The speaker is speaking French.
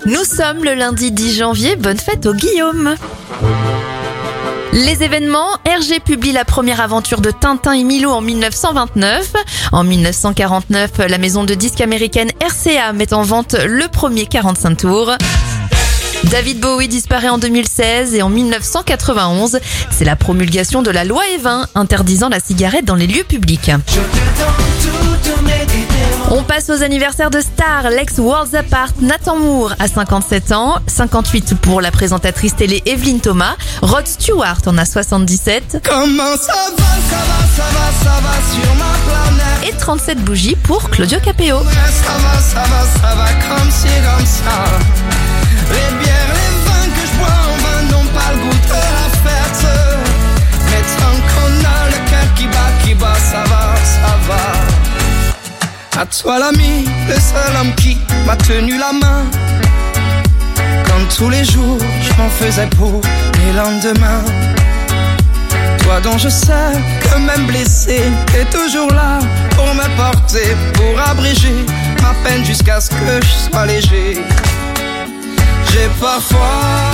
Nous sommes le lundi 10 janvier, bonne fête au Guillaume. Les événements, Hergé publie la première aventure de Tintin et Milou en 1929. En 1949, la maison de disques américaine RCA met en vente le premier 45 tours. David Bowie disparaît en 2016 et en 1991, c'est la promulgation de la loi Evin interdisant la cigarette dans les lieux publics. On passe aux anniversaires de stars. L'ex Worlds Apart, Nathan Moore a 57 ans, 58 pour la présentatrice télé Evelyne Thomas, Rod Stewart en a 77. Comment ça va sur ma planète. Et 37 bougies pour Claudio Capéo. Ça va comme ça. Les bières, les vins que je bois en vin n'ont pas le goût de la fête. Mais tant qu'on a le cœur qui bat, ça va. À toi l'ami, le seul homme qui m'a tenu la main. Comme tous les jours, je m'en faisais pour les lendemains. Toi dont je sais que même blessé, t'es toujours là pour me porter, pour abréger ma peine jusqu'à ce que je sois léger. J'ai parfois